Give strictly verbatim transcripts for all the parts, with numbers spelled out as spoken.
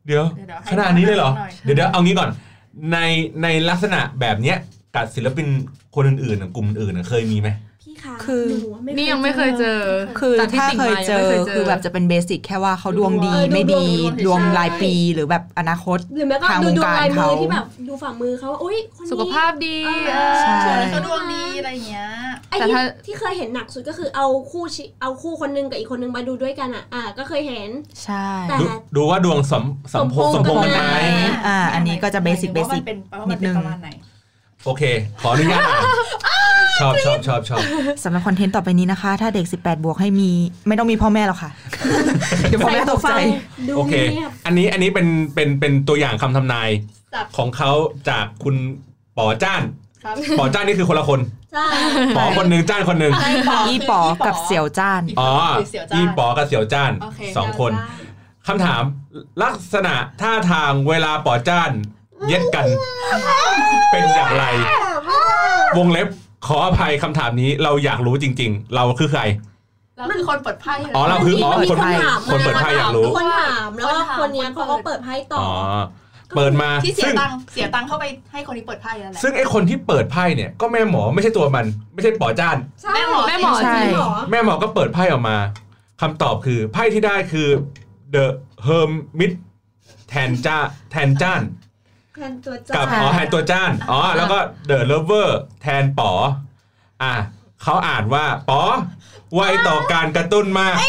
เดี๋ยวขนาดนี้เลยเหรอเดี๋ยวเดี๋ยวเอางี้ก่อนในในลักษณะแบบเนี้ยกับศิลปินคนอื่นๆกลุ่มอื่นเคยมีไหมพี่คะคือนี่ยังไม่เคยเจอคือถ้าเคยเจอคือแบบจะเป็นเบสิกแค่ว่าเขาดวงดีไม่ดีดวงรายปีหรือแบบอนาคตหรือแม้ก็ดูดวงลายมือที่แบบดูฝ่ามือเขาอุ้ยคนนี้สุขภาพดีใช่เขาดวงดีอะไรเงี้ยแต่ที่ที่เคยเห็นหนักสุดก็คือเอาคู่เอาคู่คนนึงกับอีกคนนึงมาดูด้วยกันอ่ะอ่าก็เคยเห็นใช่แต่ดูว่าดวงสมสมพงษ์สมพงษ์กันไหมอ่าอันนี้ก็จะเบสิกเบสิกนิดนึงโอเคขออนุญาตชอบชอบชอบชอบสำหรับคอนเทนต์ต่อไปนี้นะคะถ้าเด็กสิบแปดบวกให้มีไม่ต้องมีพ่อแม่หรอกค่ะเดี๋ยวพ่อแม่ตกใจโอเคอันนี้อันนี้เป็นเป็นเป็นตัวอย่างคำทำนายของเขาจากคุณป๋อจ้านป๋อจ้านนี่คือคนละคนป๋อคนหนึ่งจ้านคนหนึ่งอีป๋อกับเสี่ยวจ้านอ๋ออีป๋อกับเสี่ยวจ้านสองคนคำถามลักษณะท่าทางเวลาป๋อจ้านเย็ดกันเป็นอย่างไรวงเล็บขออภัยคำถามนี้เราอยากรู้จริงๆเราคือใครเราคือคนเปิดไพ่อ๋อเราคืออ๋อคนคนเปิดไพ่อยากรู้คนถามแล้วคนนี้เขาก็เปิดไพ่ต่อเปิดมาที่เสียตังค์เสียตังค์เข้าไปให้คนนี้เปิดไพ่นั่นแหละซึ่งไอ้คนที่เปิดไพ่เนี่ยก็แม่หมอไม่ใช่ตัวมันไม่ใช่ป๋อจ้านแม่หมอแม่หมอใช่แม่หมอก็เปิดไพ่ออกมาคำตอบคือไพ่ที่ได้คือ The Hermit แทนจ้าแทนจ้านกับอ๋อแทนตัวจ้านอ๋อแล้วก็ The Lover แทนป๋ออ่ะเขาอ่านว่าป๋อไวต่อการกระตุ้นมาก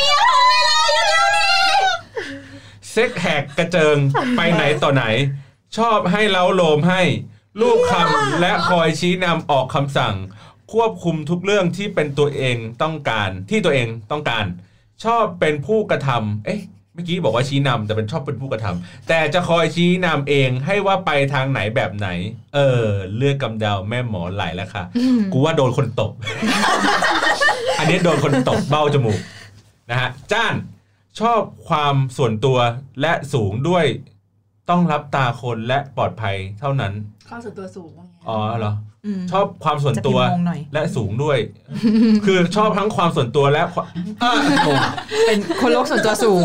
เซ็กแหกกระเจิงไปไหนต่อไหนชอบให้เล้าโลมให้ลูกคำและคอยชี้นำออกคำสั่งควบคุมทุกเรื่องที่เป็นตัวเองต้องการที่ตัวเองต้องการชอบเป็นผู้กระทำเอ๊ะเมื่อกี้บอกว่าชี้นำแต่เป็นชอบเป็นผู้กระทำแต่จะคอยชี้นำเองให้ว่าไปทางไหนแบบไหนเออเลือกกำเดาแม่หมอไหลแล้วค่ะกูว่าโดนคนตบ อันนี้โดนคนตบเบ้าจมูกนะฮะจ้านชอบความส่วนตัวและสูงด้วยต้องรับตาคนและปลอดภัยเท่านั้นความส่วนตัวสูงอ๋อเหรอชอบความส่วนตัวและสูงด้วยคือชอบทั้งความส่วนตัวและเป็นคนโลกส่วนตัวสูง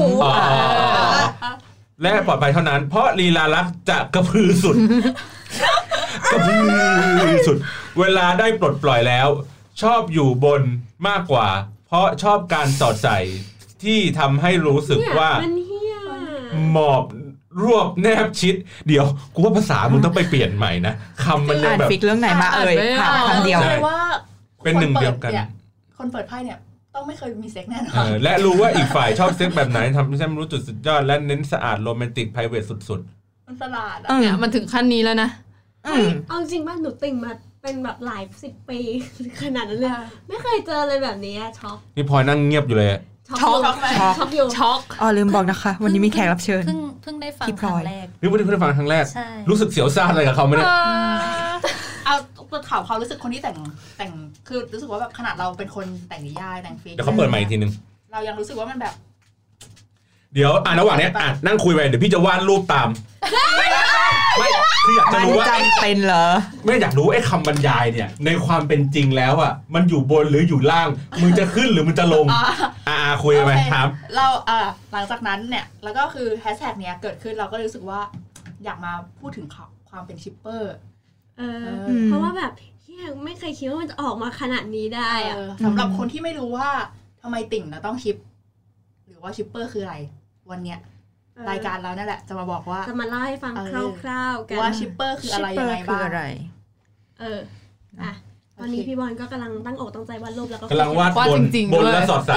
และปลอดภัยเท่านั้นเพราะลีลาลักษณ์จะกระพือสุดกระพือสุดเวลาได้ปลดปล่อยแล้วชอบอยู่บนมากกว่าเพราะชอบการสอดใส่ที่ทำให้รู้สึกว่าหมอบรวบแนบชิดเดี๋ยวกูว่าภาษามึงต้องไปเปลี่ยนใหม่นะคำมันยังแบบฟิกเรื่องไหนมาเอ่ยถามคำเดียวเลยว่าเป็นหนึ่งเดียวกันคนเปิดไพ่เนี่ยต้องไม่เคยมีเซ็กแน่นอนและรู้ว่าอีกฝ่ายชอบเซ็กแบบไหนทำให้ฉันรู้จุดสุดยอดและเน้นสะอาดโรแมนติกไพรเวทสุดๆมันสลาดเนี่ยมันถึงขั้นนี้แล้วนะเอาจริงป่ะหนูติ่งมาเป็นแบบหลายสิบปีขนาดนั้นเลยไม่เคยเจอเลยแบบนี้ช็อกนี่พลอยนั่งเงียบอยู่เลยช็อกช็อกอยู่ช็อกอ๋อลืมบอกนะคะวันนี้มีแขกรับเชิญเพิ่งเพิ่งได้ฟังครั้งแรกนี่เพิ่งได้ฟังครั้งแรกรู้สึกเสียวซ่านอะไรกับเขาไหมเนี่ยเอาตัวข่าวเขารู้สึกคนที่แต่งแต่งคือรู้สึกว่าแบบขนาดเราเป็นคนแต่งนิยายแต่งฟิกเดี๋ยวเขาเปิดใหม่อีกทีนึงเรายังรู้สึกว่ามันแบบเดี๋ยวอ่ะระหว่างนี้อ่ะนั่งคุยไปเดี๋ยวพี่จะวาดรูปตามไม่คืออยากจะรู้ว่าจำเป็นเหรอไม่อยากรู้ไอ้คำบรรยายเนี่ยในความเป็นจริงแล้วอ่ะมันอยู่บนหรืออยู่ล่างมึงจะขึ้นหรือมึงจะลงอ่าคุยไปครับเราอ่าหลังจากนั้นเนี่ยแล้วก็คือแฮชแท็กเนี้ยเกิดขึ้นเราก็รู้สึกว่าอยากมาพูดถึงความเป็นชิปเปอร์เออเพราะว่าแบบเฮียไม่เคยคิดว่ามันจะออกมาขนาดนี้ได้อ่ะสำหรับคนที่ไม่รู้ว่าทำไมติ่งนะต้องชิปหรือว่าชิปเปอร์คืออะไรวันเนี้ยรายการเรานั่นแหละจะมาบอกว่าจะมาเล่าให้ฟังคร่าวๆกันว่าชิปเปอร์คืออะไรยังไงบ้างเอออ่ะตอนนี้พี่บอลก็กำลังตั้งอกตั้งใจวาดรูปแล้วก็กำลังวาดบนบนและสอดใส่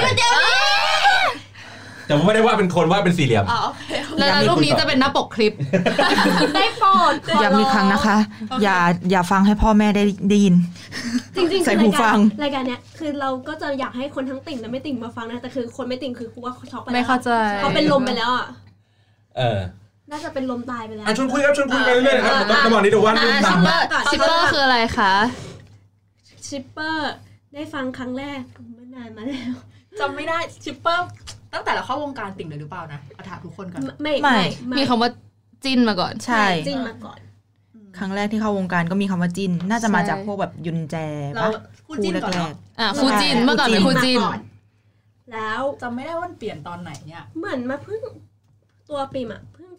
แต่ไม่ได้ว่าเป็นคนว่าเป็นสี่เหลี่ยมแล้วรูปนี้จะเป็นหน้าปกคลิปได้โปรดอย่ามีครั้งนะคะอย่าอย่าฟังให้พ่อแม่ได้ได้ยินจริงๆใส่หูฟังรายการเนี้ยคือเราก็จะอยากให้คนทั้งติ่งและไม่ติ่งมาฟังนะแต่คือคนไม่ติ่งคือกูว่าเขาช็อกไปแล้วไม่เข้าใจเขาเป็นลมไปแล้วอ่ะเออน่าจะเป็นลมตายไปแล้วอ่ะชวนคุยครับชวนคุยกันเรื่อยๆครับระหว่างนี้เดี๋ยววาดรูปตามชิปเปอร์คืออะไรคะชิปเปอร์ได้ฟังครั้งแรกเมื่อนานมาแล้วจำไม่ได้ชิปเปอร์ตั้งแต่เราเข้าวงการติ่งเลยหรือเปล่านะเอาถามทุกคนก่อนไม่ไม่มีคำว่าจิ้นมาก่อนใช่จิ้นมาก่อนครั้งแรกที่เข้าวงการก็มีคำว่าจิ้นน่าจะมาจากพวกแบบยุนแจป่ะคู่จิ้นก่อนอ่ะคู่จิ้นเมื่อก่อนเป็นคู่จิ้นแล้วจำไม่ได้ว่ามันเปลี่ยนตอนไหนเนี่ยเหมือนมาเพิ่งตัวปิ่มอ่ะเพิ่ง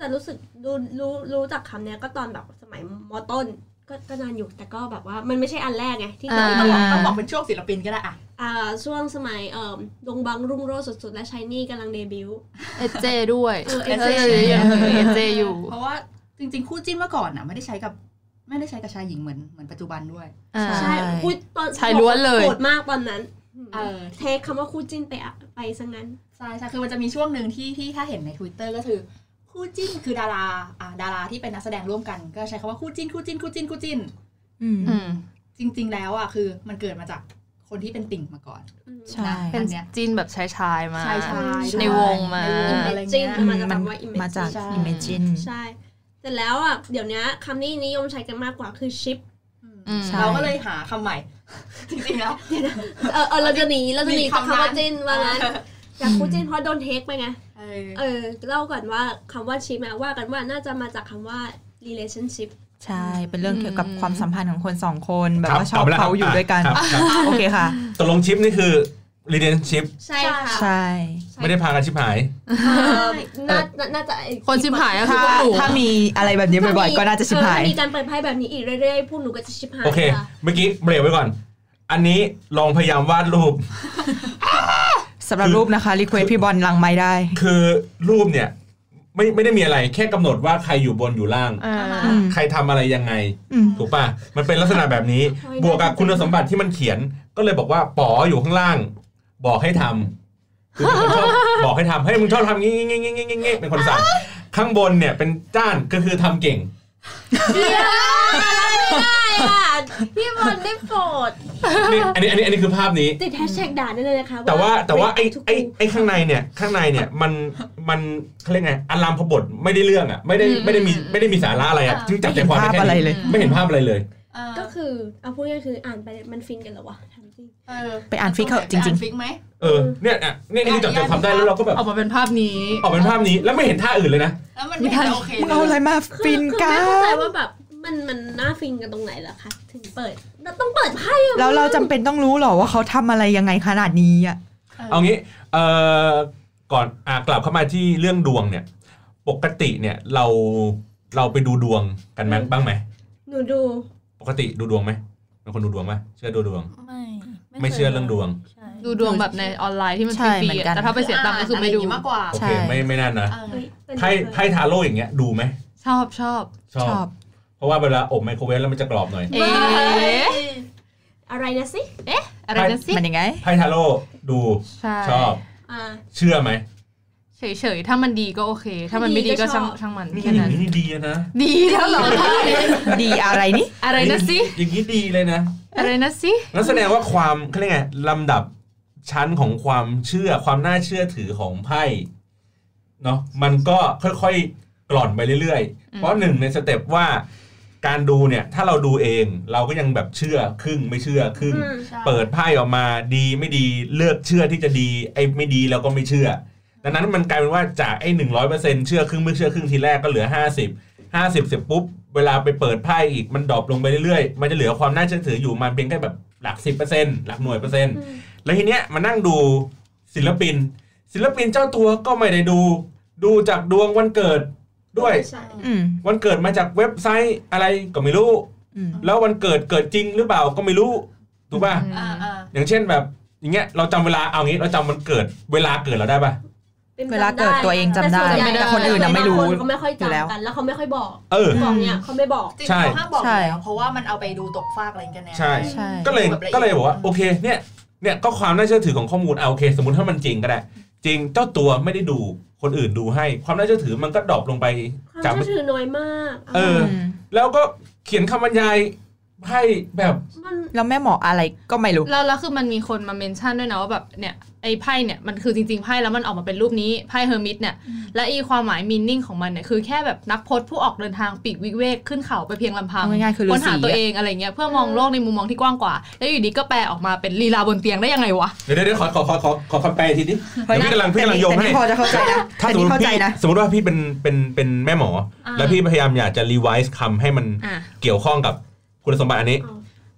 แต่รู้สึกรู้รู้รู้จักคำเนี้ยก็ตอนแบบสมัยม.ต้นก็ก็นานอยู่แต่ก็แบบว่ามันไม่ใช่อันแรกไงที่ต้องบอกต้องบอกเป็นช่วงศิลปินก็ได้อ่ะอ่าช่วงสมัยเอ่อดงบังรุ่งโรจน์สุดๆและชายนี่กำลังเดบิวต์เอเจด้วยเออเอเจเอเจอยู่เพราะว่าจริงๆคู่จิ้นเมื่อก่อนอ่ะไม่ได้ใช้กับไม่ได้ใช้กับชายหญิงเหมือนเหมือนปัจจุบันด้วยใช่คู่ตอนชายล้วนเลยโหดมากตอนนั้นเออเทคคำว่าคู่จิ้นไปอ่ะไปซะงั้นใช่ใช่คือมันจะมีช่วงหนึ่งที่ที่ถ้าเห็นใน Twitter ก็คือคู่จิ้นคือดาราอ่ะดาราที่เป็นนักแสดงร่วมกันก็ใช้คำว่าคู่จิ้นคู่จิ้นคู่จิ้นคู่จิ้นจริงๆแล้วอ่ะคือมันเกิดมาจากคนที่เป็นติ่งมาก่อนใช่เป็นจิ้นแบบชายชายมาชายชายในวงมาจิ้นมาจากว่ามาจาก Imagine ใช่แต่แล้วอ่ะเดี๋ยวนี้คำนี้นิยมใช้กันมากกว่าคือชิปเราก็เลยหาคำใหม่จริงๆแล้วเออเออเราจะหนีเราจะหนีจากคำว่าจิ้นว่างั้นจากคู่จิ้นเพราะโดนเทคไปไงเออเล่าก่อนว่าคำว่าชิปมาว่ากันว่าน่าจะมาจากคำว่า relationship ใช่เป็นเรื่องเกี่ยวกับความสัมพันธ์ของคนสองคนแบบว่าชอบเขาอยู่ด้วยกันโอเคค่ะตกลงชิปนี่คือ relationship ใช่ค่ะใช่ไม่ได้พากันชิบหายน่าน่าจะคนชิบหายก็คือพวกหนูถ้ามีอะไรแบบนี้บ่อยๆก็น่าจะชิบหายมีการเปิดไพ่แบบนี้อีกเรื่อยๆพวกหนูก็จะชิบหายโอเคเมื่อกี้เบรกไว้ก่อนอันนี้ลองพยายามวาดรูปสำหรับรูปนะคะรีเควสพี่บอลลังไม้ได้คือรูปเนี่ยไม่ไม่ได้มีอะไรแค่กำหนดว่าใครอยู่บนอยู่ล่างใครทำอะไรยังไงถูกป่ะมันเป็นลักษณะแบบนี้บวกกับคุณสมบัติที่มันเขียนก็เลยบอกว่าป๋ออยู่ข้างล่างบอกให้ทำคือเป็นคนชอบบอกให้ทำให้มึงชอบทำงี้งี้งี้งี้งี้เป็นคนสั่งข้างบนเนี่ยเป็นจ้านก็คือทำเก่งไม่ได้ค่ะพี่บอลได้โปรดนี่อันนี้อันนี้อันนี้คือภาพนี้ติดแฮชแท็กด่าได้เลยนะคะแต่ว่าแต่ว่าไอ้ไอ้ไอ้ข้างในเนี่ยข้างในเนี่ยมันมันเขาเรียกไงอารามพบทไม่ได้เรื่องอ่ะไม่ได้ไม่ได้มีไม่ได้มีสาระอะไรอ่ะที่จับใจความไม่ได้เลยไม่เห็นภาพอะไรเลยก็คือเอาพูดง่ายคืออ่านไปมันฟินกันเหรอวะทำจริงไปอ่านฟิกเขาจริงๆฟิกไหมเออเนี่ยอ่ะนี่นี่จับใจความได้แล้วเราก็แบบออกมาเป็นภาพนี้ออกเป็นภาพนี้แล้วไม่เห็นท่าอื่นเลยนะแล้วมันไม่โอเคมึงเอาอะไรมาฟินกันไม่เข้าใจว่าแบบมันมันน่าฟินกันตรงไหนล่ะคะถึงเปิดเราต้องเปิดไพ่แล้วเราจำเป็นต้องรู้หรอว่าเขาทำอะไรยังไงขนาดนี้อ่ะเอางี้เอ่อก่อนอ่ะกลับเข้ามาที่เรื่องดวงเนี่ยปกติเนี่ยเราเราไปดูดวงกันมั้ยบ้างไหมหนูดูปกติดูดวงไหมเป็นคนดูดวงไหมเชื่อดูดวงไม่ไม่เชื่อเรื่องดวงดูดวงแบบในออนไลน์ที่มันฟรีๆแต่ถ้าไปเสียตังค์ก็คือไม่ดูมากกว่าโอเคไม่ไม่นั่นนะไพ่ไพ่ทาโร่อย่างเงี้ยดูไหมชอบชอบชอบเพราะว่าเวลาอบไมโครเวฟแล้วมันจะกรอบหน่อยเอ๊ะอะไรนะสิเอ๊ะอะไรนะสิมันยังไงไพ่ทาโร่ดูชอบเชื่อไหมเฉยๆถ้ามันดีก็โอเคถ้ามันไม่ดีก็ช่างช่างมันแค่นั้นนี่ดีนะดีแล้วเหรอดีอะไรนี่อะไรนะสิอย่างนี้ดีเลยนะอะไรนะสินั่นแสดงว่าความเขาเรียกไงลำดับชั้นของความเชื่อความน่าเชื่อถือของไพ่เนาะมันก็ค่อยๆกล่อนไปเรื่อยๆเพราะหนึ่งในสเต็ปว่าการดูเนี่ยถ้าเราดูเองเราก็ยังแบบเชื่อครึ่งไม่เชื่อครึ่งเปิดไพ่ออกมาดีไม่ดีเลือกเชื่อที่จะดีไอ้ไม่ดีเราก็ไม่เชื่อดังนั้นมันกลายเป็นว่าจากไอ้ หนึ่งร้อยเปอร์เซ็นต์ เชื่อครึ่งไม่เชื่อครึ่งทีแรกก็เหลือห้าสิบ ห้าสิบเสร็จปุ๊บเวลาไปเปิดไพ่อีกมันดรอปลงไปเรื่อยๆมันจะเหลือความน่าเชื่อถืออยู่มันเพียงแค่แบบหลัก สิบเปอร์เซ็นต์ หลักหน่วยเปอร์เซ็นต์แล้วทีเนี้ยมานั่งดูศิลปินศิลปินเจ้าตัวก็ไม่ได้ดูดูจากดวงวันเกิดด้วยวันเกิดมาจากเว็บไซต์อะไรก็ไม่รู้แล้ววันเกิดเกิดจริงหรือเปล่าก็ไม่รู้ถูกป่ะอย่างเช่นแบบอย่างเงี้ยเราจำเวลาเอางี้เราจำวันเกิดเวลาเกิดเราได้ป่ะเวลาเกิดตัวเองจำได้แต่คนอื่นไม่รู้เขาไม่ค่อยจำกันแล้วเขาไม่ค่อยบอกบอกเนี่ยเขาไม่บอกจริงเขาห้ามบอกแล้วเพราะว่ามันเอาไปดูตกฟากอะไรกันแน่ใช่ก็เลยก็เลยบอกว่าโอเคเนี่ยเนี่ยก็ความน่าเชื่อถือของข้อมูลเอาโอเคสมมติถ้ามันจริงก็ได้จริงเจ้าตัวไม่ได้ดูคนอื่นดูให้ความน่าเชื่อถือมันก็ดรอปลงไปความน่าเชื่อถือน้อยมากเออแล้วก็เขียนคำบรรยายให้แบบแล้วแม่หมออะไรก็ไม่รู้แล้วแล้วคือมันมีคนมาเมนชั่นด้วยนะว่าแบบเนี่ยไอ้ไพ่เนี่ยมันคือจริงๆไพ่แล้วมันออกมาเป็นรูปนี้ไพ่เฮอร์มิตเนี่ยและอีความหมายมีนิ่งของมันเนี่ยคือแค่แบบนักพจน์ผู้ออกเดินทางปีกวิเวกขึ้นเขาไปเพียงลำพังค้นหาตัวเองอะไรเงี้ยเพื่อมองโลกในมุมมองที่กว้างกว่าแล้วอยู่ดีก็แปลออกมาเป็นลีลาบนเตียงได้ยังไงวะเดี๋ยวเดี๋ยวขอขอขอขอขอคำแปลทีนี้เดี๋ยวพี่กำลังพี่กำลังโยงให้พอจะเข้าใจนะถ้าสมมติพี่สมมติว่าพี่เป็นเป็นเป็นแม่หมอแล้วพี่พยายามอยากจะรีไวซ์คำให้มันเกี่ยวข้องกับคุณสมบัติอันนี้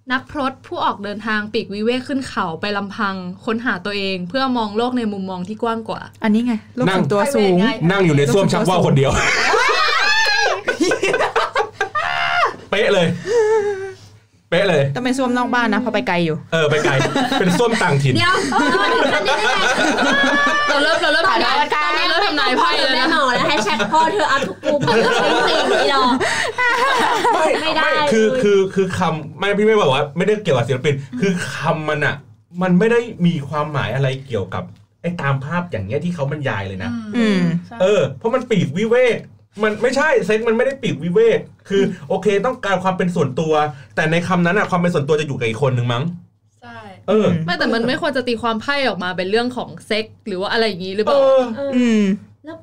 นักพรตผู้ออกเดินทางปีกวิเวกขึ้นเขาไปลำพังค้นหาตัวเองเพื่อมองโลกในมุมมองที่กว้างกว่าอันนี้ไงโลกส่วนตัวสูงนั่งอยู่ในส้วมชักว่าวคนเดียวเป๊ะเลยเป๊ะเลยต้องเป็นส้วมนอกบ้านนะพอไปไกลอยู่เออไปไกลเป็นส้วมต่างถิ่นเดี๋ยวเราถึงขั้นนี้ได้ไงเราเริ่มเราเริ่มถ่ายรายการเริ่มทำนายไพ่เลยนะแม่หมอแล้วแฮชแท็กพอเธออัพทุกกลุ่มจริงๆอีดอกไม่ไม่ได้คือคือคือคำไม่พี่ไม่บอกว่าไม่ได้เกี่ยวกับศิลปินคือคำมันอ่ะมันไม่ได้มีความหมายอะไรเกี่ยวกับไอ้ตามภาพอย่างเงี้ยที่เขาบรรยายเลยนะเออเพราะมันปีกวิเวกมันไม่ใช่เซ็กมันไม่ได้ปีกวิเวกคือโอเคต้องการความเป็นส่วนตัวแต่ในคำนั้นอะความเป็นส่วนตัวจะอยู่กับอีกคนนึงมั้งใช่เออไม่แต่มันไม่ควรจะตีความไพ่ออกมาเป็นเรื่องของเซ็กหรือว่าอะไรอย่างนี้หรือเปล่าอืมแล้ว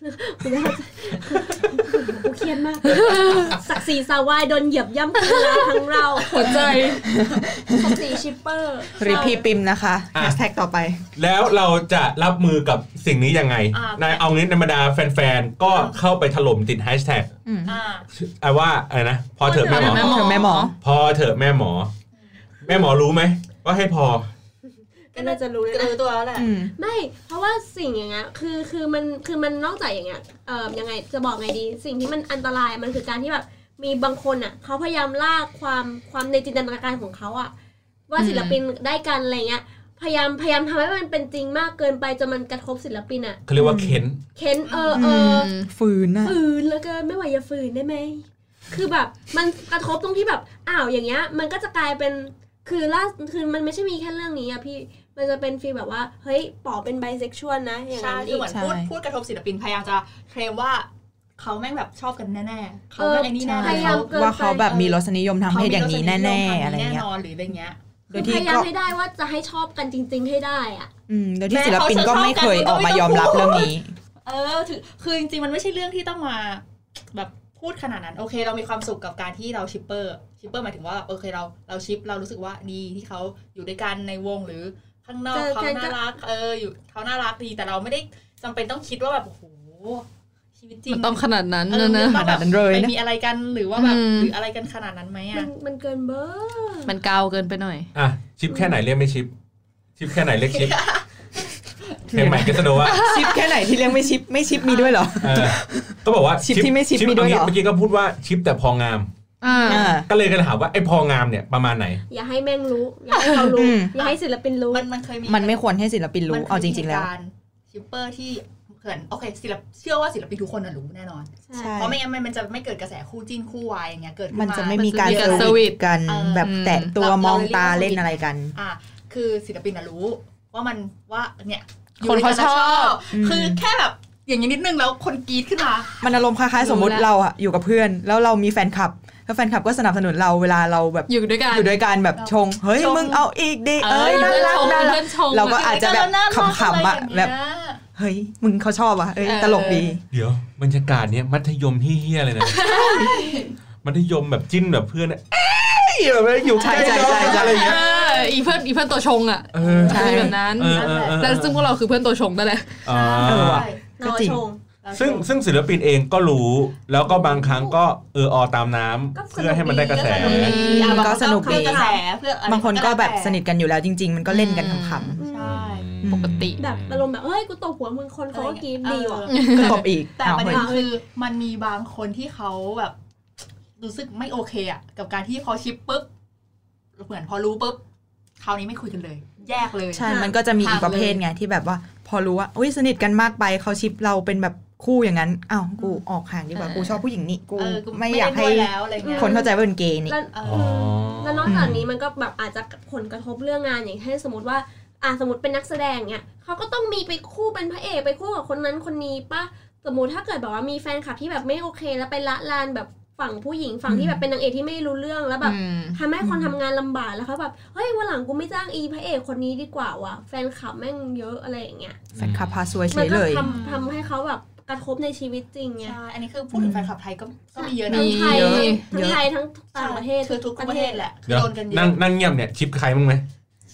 กูเครียดมากศักดิ์ศรีสาวายโดนเหยียบย่ำทั้งเราทั้งเราหัวใจศักดิ์ศรีชิปเปอร์รีพีปิมนะคะแฮชแท็กต่อไปแล้วเราจะรับมือกับสิ่งนี้ยังไงนายเอางี้ในบรรดาแฟนๆก็เข้าไปถล่มติดแฮชแท็กอ่าว่าอะไรนะพอเถอะแม่หมอพอเถอะแม่หมอพอเถอะแม่หมอแม่หมอรู้ไหมว่าให้พอก็น่าจะรู้เลยนะตัวแล้วแหละไม่เพราะว่าสิ่งอย่างเงี้ยคือคือมันคือมันนอกจากอย่างเงี้ยเอ่อยังไงจะบอกไงดีสิ่งที่มันอันตรายมันคือการที่แบบมีบางคนอ่ะเขาพยายามลากความความในจินตนาการของเขาอ่ะว่าศิลปินได้กันอะไรเงี้ยพยายามพยายามทำให้มันเป็นจริงมากเกินไปจนมันกระทบศิลปินอ่ะเขาเรียกว่าเค้นเค้นเออเออฝืนนะฝืนแล้วก็ไม่ไหวอย่าฝืนได้ไหมคือแบบมันกระทบตรงที่แบบอ้าวอย่างเงี้ยมันก็จะกลายเป็นคือล่าคือมันไม่ใช่มีแค่เรื่องนี้อะพี่มันจะเป็นฟีลแบบว่าเฮ้ยป๋อเป็นไบเซ็กชวลนะอย่างนั้นอีกเหมือนพูดพูดกระทบศิลปินพยายามจะเคลมว่าเขาแม่งแบบชอบกันแน่ๆเขาแม่งไอ้นี่แน่ว่าเขาแบบมีรสนิยมทางเพศอย่างนี้แน่ๆอะไรเงี้ยแน่นอนหรืออะไรเงี้ยโดยที่พยายามให้ได้ว่าจะให้ชอบกันจริงๆให้ได้อ่ะอืมโดยที่ศิลปินก็ไม่เคยออกมายอมรับเรื่องนี้เออถือคือจริงๆมันไม่ใช่เรื่องที่ต้องมาแบบพูดขนาดนั้นโอเคเรามีความสุขกับการที่เราชิปเปอร์ชิปเปอร์หมายถึงว่าโอเคเราเราชิปเรารู้สึกว่าดีที่เขาอยู่ด้วยกันในวงหรือข้างนอกเขาน่ารักเอออยู่เขาน่ารักดีแต่เราไม่ได้จำเป็นต้องคิดว่าแบบโอ้โหชีวิตจริงมันต้องขนาดนั้นนะนะขนาดนั้นเลยนะมีอะไรกันหรือว่าแบบหรืออะไรกันขนาดนั้นไหมอ่ะมันเกินเบอร์มันเกาเกินไปหน่อยอ่ะชิปแค่ไหนเรียกไม่ชิปชิปแค่ไหนเรียกชิปเพลงใหม่เกสโนว่าชิปแค่ไหนที่เรียกไม่ชิปไม่ชิปมีด้วยเหรอก็บอกว่าชิปที่ไม่ชิปมีด้วยเหรอเมื่อกี้ก็พูดว่าชิปแต่พองามก็เลยก็ถามว่าไอ้พองามเนี่ยประมาณไหนอย่าให้แม่งรู้อย่าให้เขารู้อย่าให้ศิลปินรู้มันมันเคยมีมันไม่ควรให้ศิลปินรู้เอาจริงๆแล้วชิปเปอร์ที่เขินโอเคศิลปเชื่อว่าศิลปินทุกคนน่ะรู้แน่นอนเพราะไม่งั้นมันจะไม่เกิดกระแสคู่จิ้นคู่วายอย่างเงี้ยเกิดขึ้นมามันจะไม่มีการเซอร์วิสกันแบบแตะตัวมองตาเล่นอะไรกันอ่ะคือศิลปินน่ะรู้ว่ามันว่าเนี่ยคนเขาชอบคือแค่แบบอย่างนี้นิดนึงแล้วคนกรี๊ดขึ้นมามันอารมณ์คล้ายๆสมมติเราอะอยู่กับเพื่อนแล้วเรามีแฟนคลับแล้วแฟนคลับก็สนับสนุนเราเวลาเราแบบอยู่ด้วยกันอยู่ด้วยกันแบบชงเฮ้ยมึงเอาอีกดิเอ้ยน่ารักน่ารักเราก็อาจจะแบบขำๆอะแบบเฮ้ยมึงเขาชอบอ่ะเอ้ยตลกดีเดี๋ยวบรรยากาศเนี้ยมัธยมเฮี้ยๆเลยนะมัธยมแบบจิ้นแบบเพื่อนเอ๊ะแบบอยู่ใกล้ๆอะไรอย่างเงี้ยอีเพื่อนอีเพื่อนตัวชงอ่ะใช่แบบนั้นแต่ซึ่งพวกเราคือเพื่อนตัวชงนั่นแหละอ๋อก็จริงซึ่งซึ่งศิลปินเองก็รู้แล้วก็บางครั้งก็เอออตามน้ำเพื่อให้มันได้กระแสก็สนุกดีบางคนก็แบบสนิทกันอยู่แล้วจริงๆมันก็เล่นกันขำๆใช่ปกติแบบอารมณ์แบบเฮ้ยกูตบหัวมึงคนเขาก็กรี๊ดดีว่ะก็ตบอีกแต่ประเด็นคือมันมีบางคนที่เขาแบบรู้สึกไม่โอเคอ่ะกับการที่พอชิปปุ๊บเหมือนพอรู้ปุ๊บคราวนี้ไม่คุยกันเลยแยกเลยใช่มันก็จะมีอีกประเภทไงที่แบบว่าพอรู้ว่าอุ้ยสนิทกันมากไปเขาชิปเราเป็นแบบคู่อย่างนั้นอ้าวกูออกห่างดีกว่ากูชอบผู้หญิงนี่กูไม่อยากให้คนเข้าใจว่าเป็นเกย์นี่แล้วนอกจากนี้มันก็แบบอาจจะผลกระทบเรื่องงานอย่างเช่นสมมติว่าอ่ะสมมติเป็นนักแสดงเนี่ยเขาก็ต้องมีไปคู่เป็นพระเอกไปคู่กับคนนั้นคนนี้ป่ะสมมติถ้าเกิดแบบว่ามีแฟนคลับที่แบบไม่โอเคแล้วไปละลานแบบฝั่งผู้หญิงฝั่งที่แบบเป็นนางเอกที่ไม่รู้เรื่องแล้วแบบทำให้คนทำงานลำบากแล้วเขาแบบเฮ้ยวันหลังกูไม่จ้างอีพระเอกคนนี้ดีกว่าว่ะแฟนคลับแม่งเยอะอะไรอย่างเงี้ยแฟนคลับพาซวยเฉยเลยมันก็ทำทำให้เขาแบบกระทบในชีวิตจริงไงใช่อันนี้คือพูดถึงแฟนคลับไทยก็ก็มีเยอะนะทั้งไทยทั้งไทยทั้งต่างประเทศคือทุกประเทศแหละโดนกันเยอะนั่งเงียบเนี่ยชิปใครมั้งไหม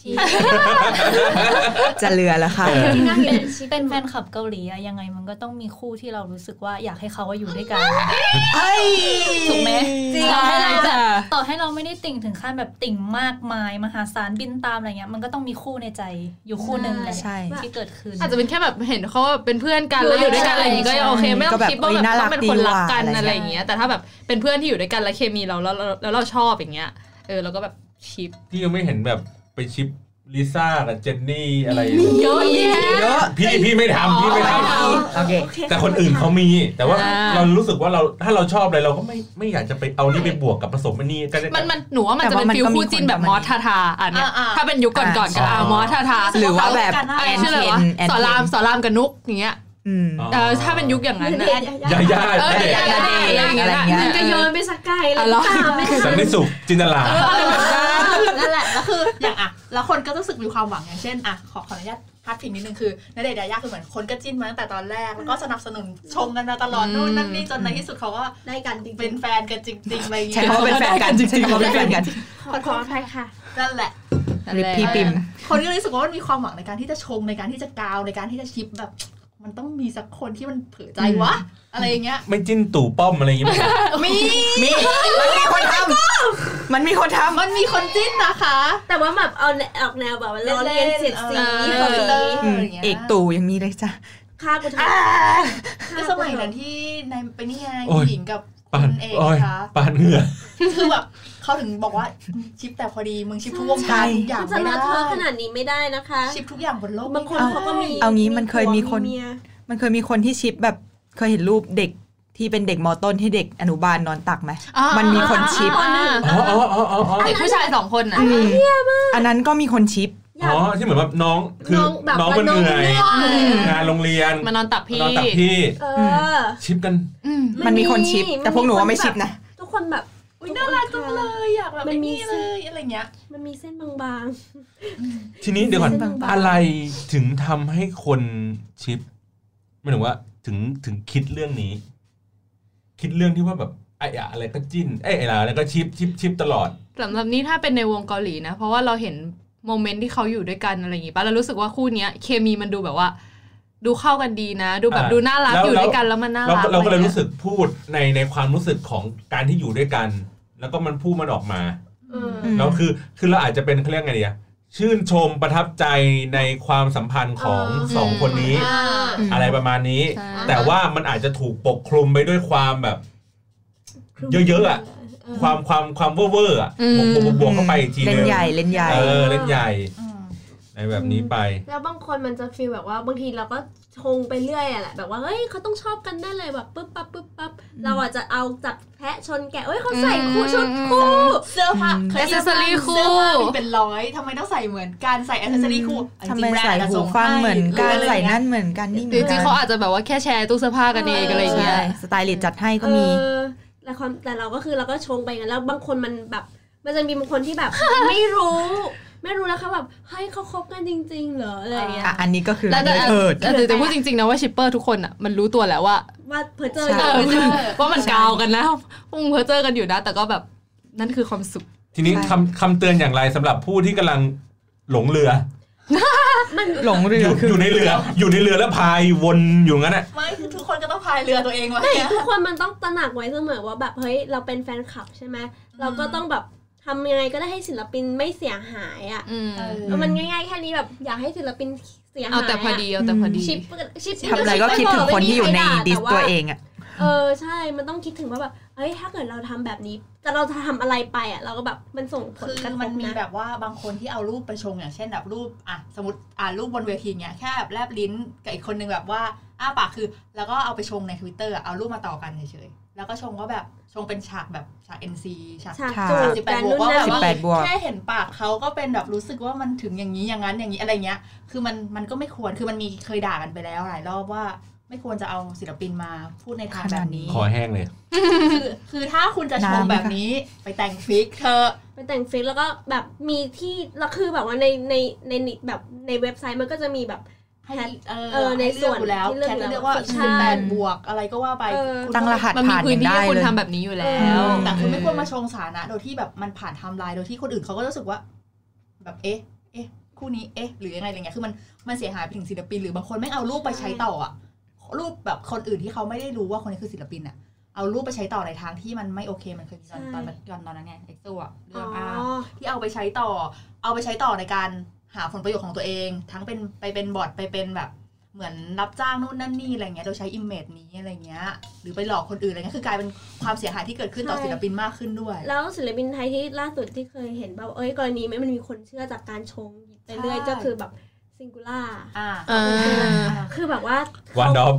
จะเรือแล้วค่ะเป็นแฟนคลับเกาหลีอะยังไงมันก็ต้องมีคู่ที่เรารู้สึกว่าอยากให้เขาอยู่ด้วยกันถูกไหมจริงให้เราแบบต่อให้เราไม่ได้ติ่งถึงขั้นแบบติ่งมากมายมหาศาลบินตามอะไรเงี้ยมันก็ต้องมีคู่ในใจอยู่คู่หนึ่งแหละที่เกิดขึ้นอาจจะเป็นแค่แบบเห็นเขาเป็นเพื่อนกันแล้วอยู่ด้วยกันอะไรอย่างงี้ก็โอเคไม่ต้องคิดว่าแบบต้องเป็นคนรักกันอะไรอย่างเงี้ยแต่ถ้าแบบเป็นเพื่อนที่อยู่ด้วยกันแล้วเคมีเราแล้วแล้วเราชอบอย่างเงี้ยเออเราก็แบบชิปที่ยังไม่เห็นแบบไปชิปลิซ่ากับเจนนี่อะไรเยอะแยะเยอะพี่พี่ไม่ทำพี่ไม่ทำโอเคแต่คนอื่นเขามีแต่ว่าเรารู้สึกว่าเราถ้าเราชอบอะไรเราก็ไม่ไม่อยากจะไปเอานี่ไปบวกกับผสมมันนี่ก็มันมันหนูว่ามันจะเป็นฟิลคู่จิ้นแบบมอสทาทาอันเนี้ยถ้าเป็นยุคก่อนๆก็มอสทาทาหรือว่าแบบแอนเทนสอนรามสอนรามกับนุกอย่างเงี้ยเออถ้าเป็นยุคอย่างนั้นนะยาย่าเออยาย่าอะไรอย่างเงี้ยมันก็โยนไปสกายแล้วตามไม่สันนิสุขจินตลานั่นแหละแล้วคืออย่างอ่ะแล้วคนก็รู้สึกมีความหวังอย่างเช่นอ่ะขอขออนุญาตพาดพิงนิดนึงคือณเดชน์ยาย่าคือเหมือนคนก็จิ้นมาตั้งแต่ตอนแรกแล้วก็สนับสนุนชมกันมาตลอดนู่นนั่นนี่จนในที่สุดเขาก็ได้กันจริงเป็นแฟนกันจริงๆอะไรอย่างเงี้ยใช่เขาเป็นแฟนกันจริงๆเขาเป็นแฟนกันขอขออภัยค่ะนั่นแหละพี่ปิมคนก็รู้สึกว่ามันมีความหวังในการที่จะชงในการที่จะกาวในการที่จะชิปแบบมันต้องมีสักคนที่มันเผลอใจวะอะไรอย่างเงี้ยไม่จิ้นตู่ป้อมอะไรอย่างเงี้ยมีมีมันมีคนทำมันมีคนทำมันมีคนจิ้นนะคะแต่ว่าแบบเอาออกแนวแบบล้อเลียนเสียดสีเอกตู่ยังมีเลยจ้ะฆ่ากูทั้งก็สมัยนั้นที่ในไปนี่ไงหญิงกับคุณเอกค่ะปานเหงื่อคือแบบเขาถึงบอกว่าชิปแต่พอดีมึงชิปทุกวงการทุกอย่างไม่ได้จะมาเธอขนาดนี้ไม่ได้นะคะชิปทุกอย่างบนโลกบางคนเขาก็มีเอางี้มันเคยมีคนมันเคยมีคนที่ชิปแบบเคยเห็นรูปเด็กที่เป็นเด็กม.ต้นที่เด็กอนุบาลนอนตักไหมมันมีคนชิปเด็กผู้ชายสองคนอ่ะอันนั้นก็มีคนชิปอ๋อที่เหมือนแบบน้องคือน้องมันเหนื่อยงานโรงเรียนมานอนตักพี่นอนตักพี่ชิปกันมันมีคนชิปแต่พวกหนูว่าไม่ชิปนะทุกคนแบบอุ๊ยน่ารักจังเลยอยากแบบมันมีเลยอะไรเงี้ยมันมีเส้นบางๆทีนี้เดี๋ยวก่อนอะไรถึงทำให้คนชิปหมายถึงว่าถึงถึงคิดเรื่องนี้คิดเรื่องที่ว่าแบบไอ้อะไรก็จิ้นไอ้อะไรก็ชิปชิปชิปตลอดสำหรับนี้ถ้าเป็นในวงเกาหลีนะเพราะว่าเราเห็นโมเมนต์ที่เขาอยู่ด้วยกันอะไรอย่างงี้ป่ะเรารู้สึกว่าคู่นี้เคมีมันดูแบบว่าดูเข้ากันดีนะดูแบบดูน่ารักอยู่ด้วยกันแล้วมันน่ารักเราก็เลยรู้สึกพูดในในความรู้สึกของการที่อยู่ด้วยกันแล้วก็มันพูดมันออกมาแล้วคือคือเราอาจจะเป็นเขาเรียกไงดีอะชื่นชมประทับใจในความสัมพันธ์ของสองคนนี้อะไรประมาณนี้แต่ว่ามันอาจจะถูกปกคลุมไปด้วยความแบบเยอะๆอะความความความเว่อร์ๆอ่ะบวกเข้าไปอีกทีนึงเล่นใหญ่เล่นใหญ่เออเล่นใหญ่ในแบบนี้ไปแล้วบางคนมันจะฟีลแบบว่าบางทีเราก็ชงไปเรื่อยอ่ะแหละแบบว่าเฮ้ยเขาต้องชอบกันได้เลยแบบปึ๊บปั๊บปึ๊บปั๊บเราอาจจะเอาจับแพะชนแกะเอ้ยเขาใส่คู่ชุดคู่เสื้อผ้าแอคเซสซอรี่คู่เป็นร้อยทำไมต้องใส่เหมือนกันใส่แอคเซสซอรี่คู่ทำไมใส่หูฟังเหมือนกันใส่นั่นเหมือนกันนี่จริงๆเขาอาจจะแบบว่าแค่แชร์ตู้เสื้อผ้ากันเองอะไรอย่างเงี้ยสไตลิสต์จัดให้ก็มีแต่ความแต่เราก็คือเราก็ชงไปกันแล้วบางคนมันแบบมันจะมีบางคนที่แบบ ไม่รู้ไม่รู้แล้วเขาแบบเฮ้ยเขาคบกันจริงๆเหรออะไรอย่างเงี้ยอันนี้ก็คือเออแต่พูดจริงๆนะว่าชิปเปอร์ทุกคนอ่ะมันรู้ตัวแล้วว่าว่าเพอเจอว่ามันกาวกันนะพวกมึงเพอเจอกันอยู่นะแต่ก็แบบนั่นคือความสุขทีนี้คำคำเตือนอย่างไรสำหรับผู้ที่กำลังหลงเรือมันหลงเรืออยู่ในเรืออยู่ในเรือแล้วพายวนอยู่งั้นอ่ะไม่คือทุกคนก็ต้องพายเรือตัวเองไว้ทุกคนมันต้องตระหนักไว้เสมอว่าแบบเฮ้ยเราเป็นแฟนคลับใช่ไหมเราก็ต้องแบบทำยังไงก็ได้ให้ศิลปินไม่เสียหายอ่ะมันง่ายๆแค่นี้แบบอยากให้ศิลปินเสียหายเอาแต่พอดีเอาแต่พอดีชิปชิปทำอะไรก็คิดถึงคนที่อยู่ในดิสตัวเองอ่ะเออใช่มันต้องคิดถึงว่าแบบเฮ้ยถ้าเกิดเราทำแบบนี้แต่เราจะทำอะไรไปอ่ะเราก็แบบมันส่งผลกันมันมีแบบว่าบางคนที่เอารูปไปชงอย่างเช่นแบบรูปอ่ะสมมติอ่ารูปบนเวทีเนี้ยแค่แบบแลบลิ้นกับอีกคนนึงแบบว่าอ้าปากคือแล้วก็เอาไปชงใน Twitter อ่ะเอารูปมาต่อกันเฉยๆแล้วก็ชงว่าแบบชงเป็นฉากแบบฉาก เอ็น ซี ฉากสิบแปดบวกว่าแบบว่าแค่เห็นปากเขาก็เป็นแบบรู้สึกว่ามันถึงอย่างนี้อย่างนั้นอย่างนี้อะไรเงี้ยคือมันมันก็ไม่ควรคือมันมีเคยด่ากันไปแล้วหลายรอบว่าไม่ควรจะเอาศิลปินมาพูดในทางแบบนี้คอแห้งเลยคือคือถ้าคุณจะชงแบบนี้ไปแต่งฟิกเธอไปแต่งฟิกแล้วก็แบบมีที่แล้วคือแบบว่าในในในแบบในเว็บไซต์มันก็จะมีแบบเออในส่วนแล้วแค่เรียกว่าสิบแปดบวกอะไรก็ว่าไปตั้งรหัสผ่านกันได้เลยคุณทำแบบนี้อยู่แล้วแต่คุณไม่ควรมาชงสานะโดยที่แบบมันผ่านไทม์ไลน์โดยที่คนอื่นเขาก็รู้สึกว่าแบบเอ๊ะเอ๊ะคู่นี้เอ๊ะหรือยังไงอะไรเงี้ยคือมันมันเสียหายไปถึงศิลปินหรือบางคนไม่เอารูปไปใช้ต่ออ่ะรูปแบบคนอื่นที่เขาไม่ได้รู้ว่าคนนี้คือศิลปินอ่ะเเอารูปไปใช้ต่อในทางที่มันไม่โอเคมันเคยมีตอนตอนตอนตอนนั้นไงเอ็กโซอะเรื่องอ้าวที่เอาไปใช้ต่อเอาไปใช้ต่อในการหาผลประโยชน์ของตัวเองทั้งเป็นไปเป็นบอทไปเป็นแบบเหมือนรับจ้างนู่นนั่นนี่อะไรเงี้ยโดยใช้อิมเมจนี้อะไรเงี้ยหรือไปหลอกคนอื่นอะไรเงี้ยคือกลายเป็นความเสียหายที่เกิดขึ้นต่อศิลปินมากขึ้นด้วยแล้วศิลปินไทยที่ล่าสุดที่เคยเห็นแบบเอ้ยกรณีไหมมันมีคนเชื่อจากการชงไปเรื่อยก็คือแบบซิงคูล่าคือแบบว่าวันดอฟ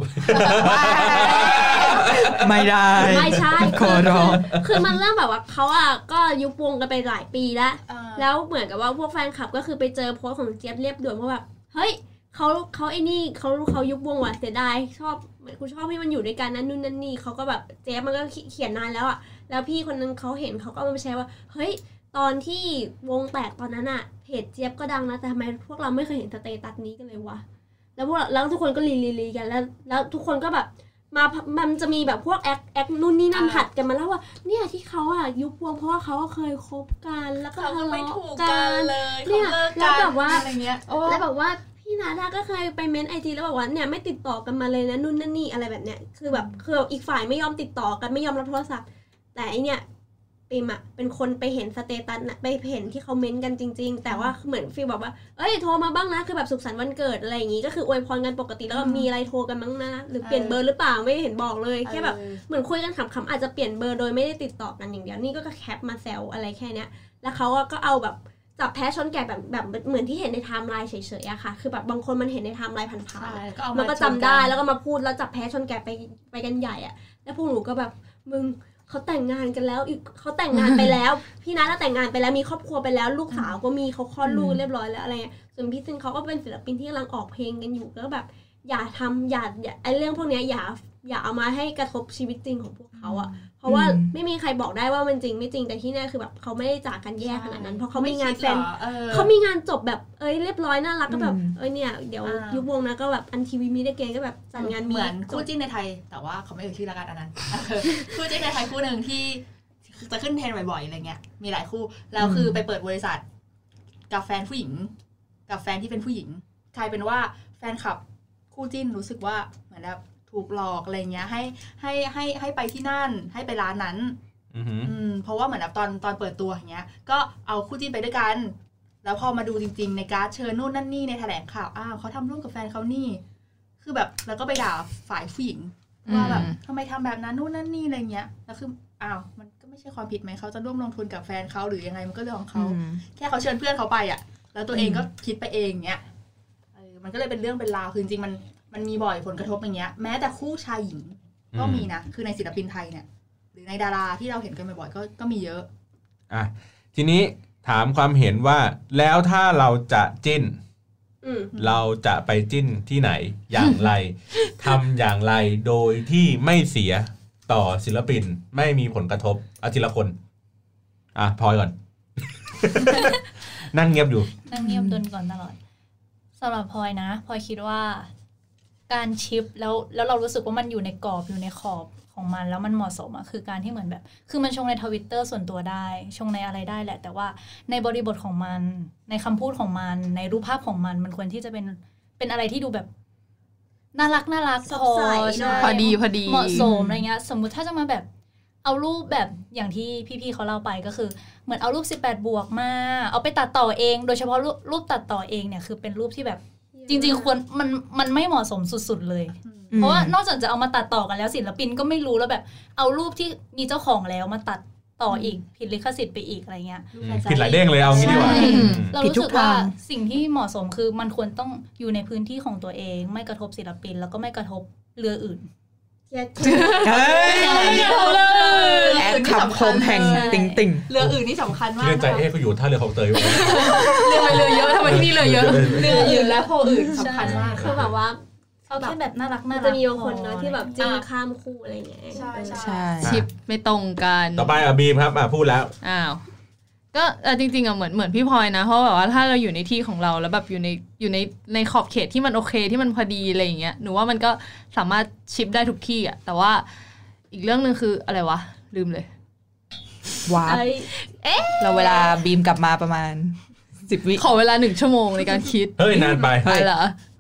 ไม่ได้ไม่ใช่ขอร้องคือมันเริ่มแบบว่าเขาอ่ะก็ยุบวงกันไปหลายปีแล้วแล้วเหมือนกับว่าพวกแฟนคลับก็คือไปเจอโพสของเจี๊ยบเรียบด่วนเพราะแบบเฮ้ยเขาเขาไอ้นี่เขาเขายุบวงว่ะเสียดายชอบกูชอบให้มันอยู่ด้วยกันนั่นนู่นนั่นนี่เขาก็แบบเจี๊ยบมันก็เขียนนานแล้วอ่ะแล้วพี่คนนึงเขาเห็นเขาก็มาแชร์ว่าเฮ้ยตอนที่วงแตกตอนนั้นอะเพจเจี๊ยบก็ดังนะแต่ทำไมพวกเราไม่เคยเห็นสเตตัสนี้กันเลยวะแล้วพวกแล้วทุกคนก็รีรีรีกันแล้วแล้วทุกคนก็แบบมามันจะมีแบบพวกแอคแอคนู่นนี่นั่นผัดกันมาแล้วว่าเนี่ยที่เขาอะยุบวงเพราะว่าเขาเคยคบกันแล้วก็ทะเลาะกันเนี่ยแล้วแบบว่าแล้วแบบว่าพี่นาดาก็เคยไปเม้นไอจีแล้วบอกว่าเนี่ยไม่ติดต่อกันมาเลยนะนู่นนั่นนี่อะไรแบบเนี้ยคือแบบคืออีกฝ่ายไม่ยอมติดต่อกันไม่ยอมรับโทรศัพท์แต่ไอเนี่ยปิมอะเป็นคนไปเห็นสเตตัสนะไปเห็นที่เขาเม้นกันจริงๆแต่ว่าเหมือนฟีลบอกว่าเอ้ยโทรมาบ้างนะคือแบบสุขสันต์วันเกิดอะไรอย่างงี้ก็คืออวยพรกันปกติแล้วก็มีอะไรโทรกันบ้างนะหรือเปลี่ยนเบอร์หรือเปล่าไม่เห็นบอกเลยแค่แบบเหมือนคุยกันขำๆอาจจะเปลี่ยนเบอร์โดยไม่ได้ติดต่อกันอย่างเดียวนี่ก็แคปมาแซวอะไรแค่เนี้ยแล้วเขาก็เอาแบบจับแพ้ชนแกะแบบแบบเหมือนที่เห็นในไทม์ไลน์เฉยๆอะค่ะคือแบบบางคนมันเห็นในไทม์ไลน์ผ่านๆมันก็จำได้แล้วก็มาพูดแล้วจับแพ้ชนแกะไปไปกันใหญ่อะแล้วพวกหนูก็แบบมึงเขาแต่งงานกันแล้วอีกเขาแต่งงานไปแล้วพี่นัทแต่งงานไปแล้วมีครอบครัวไปแล้วลูกสาวก็มีเขาคลอดลูกเรียบร้อยแล้วอะไรเงี้ยส่วนพี่ซินเขาก็เป็นศิลปินที่กำลังออกเพลงกันอยู่ก็แบบอย่าทำอย่าไอ้เรื่องพวกนี้อย่าอย่าเอามาให้กระทบชีวิตจริงของพวกเขาอะเพราะว่าไม่มีใครบอกได้ว่ามันจริงไม่จริงแต่ที่แน่คือแบบเขาไม่ได้จากกันแย่ขนาดนั้นเพราะเขามีงานแฟนเขามีงานจบแบบเอ้ยเรียบร้อยน่ารักก็แบบเอ้ยเนี่ยเดี๋ยวยุบวงนะก็แบบอันทีวีมีได้เกณฑ์ก็แบบจัดงานเหมือนคู่จิ้นในไทยแต่ว่าเขาไม่เอ่ยชื่อละกันอันนั้นคู่จิ้นในไทยคู่นึงที่จะขึ้นเทรนด์บ่อยๆอะไรเงี้ยมีหลายคู่แล้วคือไปเปิดบริษัทกับแฟนผู้หญิงกับแฟนที่เป็นผู้หญิงกลายเป็นว่าแฟนคลับคู่จิ้นรู้สึกว่าเหมือนแบบถูกหลอกอะไรเงี้ยให้ให้ให้ให้ไปที่นั่นให้ไปร้านนั้นอืมเพราะว่าเหมือนแบบตอนตอนเปิดตัวอย่างเงี้ยก็เอาคู่จิ้นไปด้วยกันแล้วพอมาดูจริงๆในการ์ดเชิญนู่นนั่นนี่ในแถลงข่าวอ้าวเขาทำร่วมกับแฟนเขานี่คือแบบแล้วก็ไปด่าฝ่ายผู้หญิงว่าแบบทำไมทำแบบนั้นนู่นนั่นนี่อะไรเงี้ยแล้วคืออ้าวมันก็ไม่ใช่ความผิดไหมเขาจะร่วมลงทุนกับแฟนเขาหรือยังไงมันก็เรื่องของเขาแค่เขาเชิญเพื่อนเขาไปอ่ะแล้วตัวเองก็คิดไปเองเงี้ยเออมันก็เลยเป็นเรื่องเป็นราวคือจริงๆมันมันมีบ่อยผลกระทบอย่างเงี้ยแม้แต่คู่ชายหญิงก็มีนะคือในศิลปินไทยเนี่ยหรือในดาราที่เราเห็นกันบ่อยๆก็ก็มีเยอะอ่ะทีนี้ถามความเห็นว่าแล้วถ้าเราจะจิ้นเราจะไปจิ้นที่ไหนอย่างไรทำอย่างไรโดยที่ไม่เสียต่อศิลปินไม่มีผลกระทบเอาทีละคนอ่ะพลอยก่อน นั่งเงียบอยู่นั่งเงียบดนก่อนตลอดสำหรับพลอยนะพลอยคิดว่าการชิปแล้วแล้วเรารู้สึกว่ามันอยู่ในกรอบอยู่ในขอบของมันแล้วมันเหมาะสมอะคือการที่เหมือนแบบคือมันชงใน Twitter ส่วนตัวได้ชงในอะไรได้แหละแต่ว่าในบริบทของมันในคำพูดของมันในรูปภาพของมันมันควรที่จะเป็นเป็นอะไรที่ดูแบบน่ารักน่ารักพอพอดีพอดีเหมาะสมอะไรเงี้ยสมมุติถ้าจะมาแบบเอารูปแบบอย่างที่พี่ๆเขาเล่าไปก็คือเหมือนเอารูปสิบแปดบวกมาเอาไปตัดต่อเองโดยเฉพาะรูปรูปตัดต่อเองเนี่ยคือเป็นรูปที่แบบจริงๆควรมันมันไม่เหมาะสมสุดๆเลยเพราะว่านอกจากจะเอามาตัดต่อกันแล้วศิลปินก็ไม่รู้แล้วแบบเอารูปที่มีเจ้าของแล้วมาตัดต่ออีกผิดลิขสิทธิ์ไปอีกอะไรเงี้ยผิดหลายเด้งเลยเอางี้ดีกว่าเรารู้สึกว่าสิ่งที่เหมาะสมคือมันควรต้องอยู่ในพื้นที่ของตัวเองไม่กระทบศิลปินแล้วก็ไม่กระทบเรืออื่นเฮ้ยคำคมแห่งติ่งติ่งเรืออื่นนี่สำคัญมากเรือใจเอ๊ะก็อยู่ท่าเรือของเตยเรือเรือเยอะทำไมที่นี่เรือเยอะเรืออื่นและโพอื่นสำคัญมากคือแบบว่าเอาแค่แบบน่ารักน่ารักจะมีบางคนเนาะที่แบบจิ้นข้ามคู่อะไรอย่างเงี้ยใช่ใช่ชิปไม่ตรงกันต่อไปอ่ะบีมครับอ่ะพูดแล้วอ้าวก็จริงๆอ่ะเหมือนเหมือนพี่พลอยนะเพราะแบบว่าถ้าเราอยู่ในที่ของเราแล้วแบบอยู่ในอยู่ในในขอบเขตที่มันโอเคที่มันพอดีอะไรอย่างเงี้ยหนูว่ามันก็สามารถชิปได้ทุกที่อ่ะแต่ว่าอีกเรื่องนึงคืออะไรวะลืมเลยว้าเอ๊ะเราเวลาบีมกลับมาประมาณสิบวิขอเวลาหนึ่งชั่วโมงในการคิดเฮ้ยนานไปไปเหรอ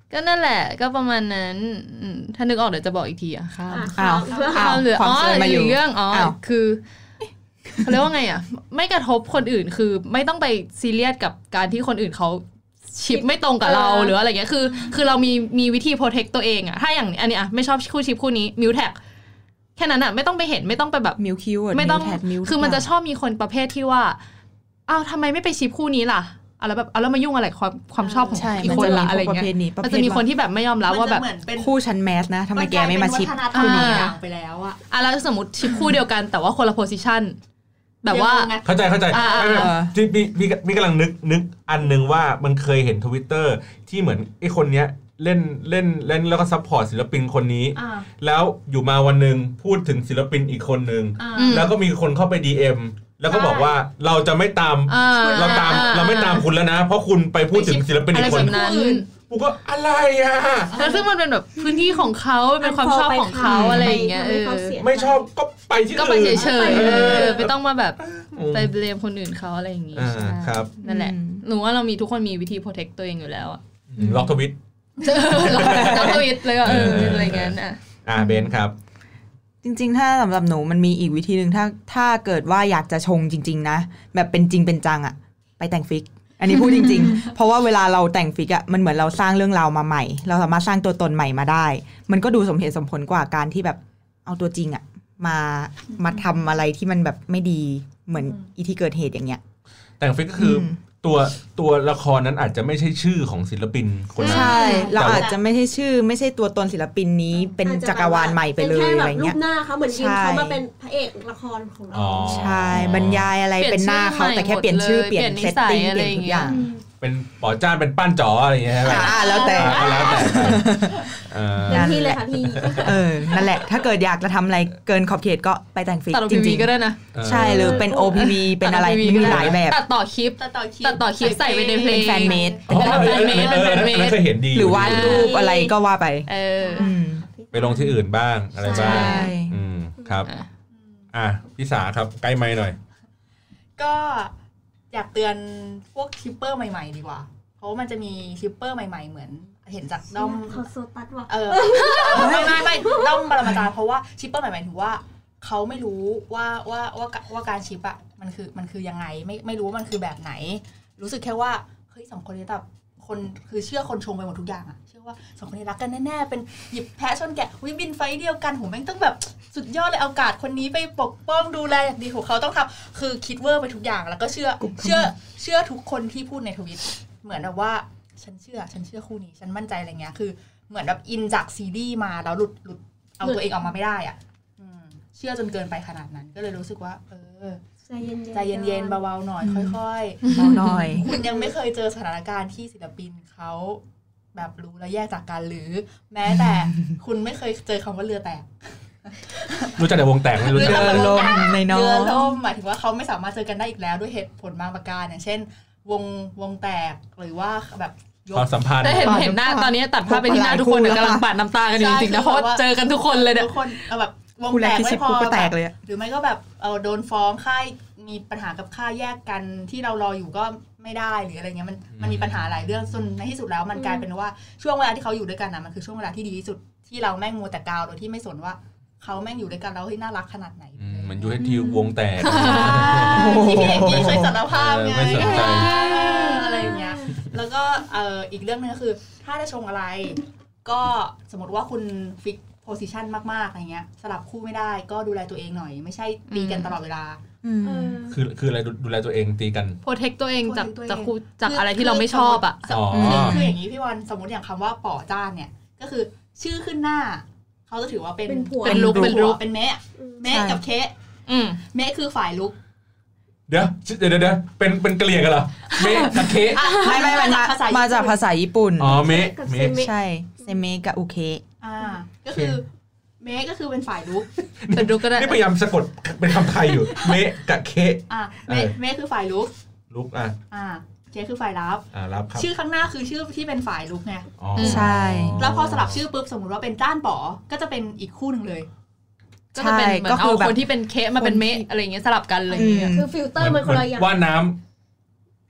ก็นั่นแหละก็ประมาณนั้นถ้านึกออกเดี๋ยวจะบอกอีกทีอ่ะข้ามอ้าวข้ามเหลืออ๋ออีกเรื่องอ๋อคือเขาเรียกว่าไงอ่ะไม่กระทบคนอื่นคือไม่ต้องไปซีเรียสกับการที่คนอื่นเขาชิปไม่ตรงกับเราหรืออะไรเงี้ยคือคือเรามีมีวิธีโปรเทคตัวเองอ่ะถ้าอย่างอันนี้อ่ะไม่ชอบคู่ชิปคู่นี้มิวแท็กแค่นั้นอ่ะไม่ต้องไปเห็นไม่ต้องไปแบบมิวคิวไม่ต้องคือมันจะชอบมีคนประเภทที่ว่าอ้าวทำไมไม่ไปชิปคู่นี้ล่ะอะไรแบบเอาแล้วมายุ่งอะไรความความชอบของอีกคนละอะไรเงี้ยมันจะมีคนที่แบบไม่ยอมรับว่าแบบคู่ชั้นแมสนะทำไมแกไม่มาชิปคู่นี้ไปแล้วอ่ะอ่ะแล้วสมมติชิปคู่เดียวกันแต่ว่าคนละโพสิชันแบบว่าเข้าใจเข้าใจที่พี่พี่พี่กำลังนึกนึกอันนึงว่ามันเคยเห็น Twitter ที่เหมือนไอ้คนเนี้ยเล่นเล่นเล่นแล้วก็ซัพพอร์ตศิลปินคนนี้แล้วอยู่มาวันนึงพูดถึงศิลปินอีกคนนึงแล้วก็มีคนเข้าไป ดี เอ็ม แล้วก็บอกว่าเราจะไม่ตามเราตามเราไม่ตามคุณแล้วนะเพราะคุณไปพูดถึงศิลปินอีกคนอื่นกูก็อะไรอ่ะแล้วซึ่งมันเป็นแบบพื้นที่ของเขาเป็นความชอบของเขาอะไรอย่างเงี้ยไม่ชอบก็ไปที่อื่นก็ไปเฉยๆไม่ต้องมาแบบไปเบลมคนอื่นเขาอะไรอย่างงี้ครับนั่นแหละหนูว่าเรามีทุกคนมีวิธีโปรเทคตัวเองอยู่แล้วอ่ะล็อกทวิตล็อกทวิตเลยเอออะไรเงี้ยอ่ะอ่าเบนครับจริงๆถ้าสำหรับหนูมันมีอีกวิธีนึงถ้าถ้าเกิดว่าอยากจะชงจริงๆนะแบบเป็นจริงเป็นจังอ่ะไปแต่งฟิกอันนี้พูดจริงๆ เพราะว่าเวลาเราแต่งฟิกอ่ะมันเหมือนเราสร้างเรื่องราวมาใหม่เราสามารถสร้างตัวตนใหม่มาได้มันก็ดูสมเหตุสมผลกว่าการที่แบบเอาตัวจริงอ่ะมามาทำอะไรที่มันแบบไม่ดีเหมือนอีที่เกิดเหตุอย่างเงี้ยแต่งฟิกก็คือตัวตัวละครนั้นอาจจะไม่ใช่ชื่อของศิลปินคนนั้นใช่เราอาจจะไม่ใช่ชื่อไม่ใช่ตัวตนศิลปินนี้เป็นจักรวาลใหม่ไปเลยอะไรเงี้ยรูปหน้าเขาเหมือนยืนเขามาเป็นพระเอกละครของเราใช่บรรยายอะไรเป็นหน้าเขาแต่แค่เปลี่ยนชื่อเปลี่ยนเซตติ้งเปลี่ยนทุกอย่างเป็นป๋อจ้านเป็นปั้นจ๋ออะไรอย่างเงี้ยอ่าแล้วแต่แล้วแต่นั่นที่เลยค่ะพี่เออนั่นแหละถ้าเกิดอยากจะทำอะไรเกินขอบเขตก็ไปแต่งฟิกจริงๆก็ได้นะใช่หรือเป็น โอ พี วี เป็นอะไรมีหลายแบบตัดต่อคลิปตัดต่อคลิปตัดต่อคลิปใส่ไปในเพลงแฟนเมดเป็นแฟนเมดเป็นแฟนเมดเคยเห็นดีหรือวาดรูปอะไรก็ว่าไปเออไปลงที่อื่นบ้างอะไรบ้างอืมครับอ่ะพี่สาครับใกล้ไมค์หน่อยก็อยากเตือนพวกชิปเปอร์ใหม่ๆดีกว่าเพราะมันจะมีชิปเปอร์ใหม่ๆเหมือนเห็นจากด้อมเขาโซตัสว่ะเออไม่ไม่ไม่ด้อมปรมาจารย์เพราะว่าชิปเปอร์ใหม่ๆถือว่าเขาไม่รู้ว่าว่าว่าว่าการชิปอะมันคือมันคือยังไงไม่ไม่รู้ว่ามันคือแบบไหนรู้สึกแค่ว่าเฮ้ยสองคนนี้แบบคนคือเชื่อคนชงไปหมดทุกอย่างอะเชื่อว่าสองคนนี้รักกันแน่ๆเป็นหยิบแพะชนแกะวิบินไฟเดียวกันผมแม่งต้องแบบสุดยอดเลยเอากาศคนนี้ไปปกป้องดูแลอย่างดีของเขาต้องทำคือคิดเวอร์ไปทุกอย่างแล้วก็เชื่อเชื่อเชื่อทุกคนที่พูดในทวิตเหมือนแบบว่าฉันเชื่อฉันเชื่อคู่นี้ฉันมั่นใจอะไรเงี้ยคือเหมือนแบบอินจากซีรีส์มาแล้วหลุดหลุดเอาตัวเองออกมาไม่ได้อ่ะเชื่อจนเกินไปขนาดนั้นก็เลยรู้สึกว่าเออใจเย็นใจเย็นๆเบาๆหน่อยค่อยๆเบาหน่อยคุณยังไม่เคยเจอสถานการณ์ที่ศิลปินเขาแบบรู้แล้วแยกจากกันหรือแม้แต่คุณไม่เคยเจอคำว่าเรือแตกรู้จักแต่วงแตกไม่รู้จักเรือล่มในน้องเรือล่มหมายถึงว่าเขาไม่สามารถเจอกันได้อีกแล้วด้วยเหตุผลบางประการอย่างเช่นวงวงแตกหรือว่าแบบความสัมพันธ์ได้เห็นเห็นหน้าตอนนี้ตัดภาพไปที่หน้าทุกคนกำลังปาดน้ำตากันจริงๆนะเพราะเจอกันทุกคนเลยเนี่ยทุกคนแบบวงแตกไม่พอหรือไม่ก็แบบเออโดนฟ้องค่ายมีปัญหากับค่ายแยกกันที่เรารออยู่ก็ไม่ได้หรืออะไรเงี้ยมันมันมีปัญหาหลายเรื่องจนในที่สุดแล้วมันกลายเป็นว่าช่วงเวลาที่เขาอยู่ด้วยกันนะมันคือช่วงเวลาที่ดีที่สุดที่เราแม่งมัวแต่กาวโดยที่ไม่สนว่าเขาแม่งอยู่ด้วยกันแล้วเฮ้ยน่ารักขนาดไหนมันอยู่ที่วงแตกที่พี่เอกกี้เคยสารภาพไงอะไรเงี้ยแล้วก็เอ่ออีกเรื่องนึงก็คือถ้าจะชงอะไรก็สมมติว่าคุณฟิกโพสิชันมากๆอะไรเงี้ยสลับคู่ไม่ได้ก็ดูแลตัวเองหน่อยไม่ใช่ตีกันตลอดเวลาคือคืออะไรดูแลตัวเองตีกันโปรเทคตัวเองจากจากคู่จากอะไรที่เราไม่ชอบอ่ะคืออย่างนี้พี่วันสมมติอย่างคำว่าป๋อจ้านเนี่ยก็คือชื่อขึ้นหน้าเขาจะถือว่าเป็นเป็นลุกเป็นลุกเป็นเมะเมะกับเคเมะคือฝ่ายลุกเดี๋ยวเดี๋ยวเดี๋ยวเป็นเป็นกะเหรี่ยงกันเหรอเมะกับเคไม่ไม่มามาจากภาษาญี่ปุ่นอ๋อเมะเมะใช่เซเมะกับอุเคอ่าก็คือเมะก็คือเป็นฝ่ายลุกเป็นลุกก็ได้นี่พยายามสะกดเป็นคำไทยอยู่เมะกับเคอ่าเมะเมะคือฝ่ายลุกลุกอ่ะอ่าเคคือฝ่ายรับอ่ารับครับชื่อข้างหน้าคือชื่อที่เป็นฝ่ายลุกไงอ๋อใช่แล้วพอสลับชื่อปุ๊บสมมติว่าเป็นจ้านป๋อก็จะเป็นอีกคู่นึงเลยก็จะเป็นเหมือนเอาคนที่เป็นเคมาเป็นเมะอะไรอย่างเงี้ยสลับกันเลยคือฟิลเตอร์มันคนละอย่างว่าน้ำ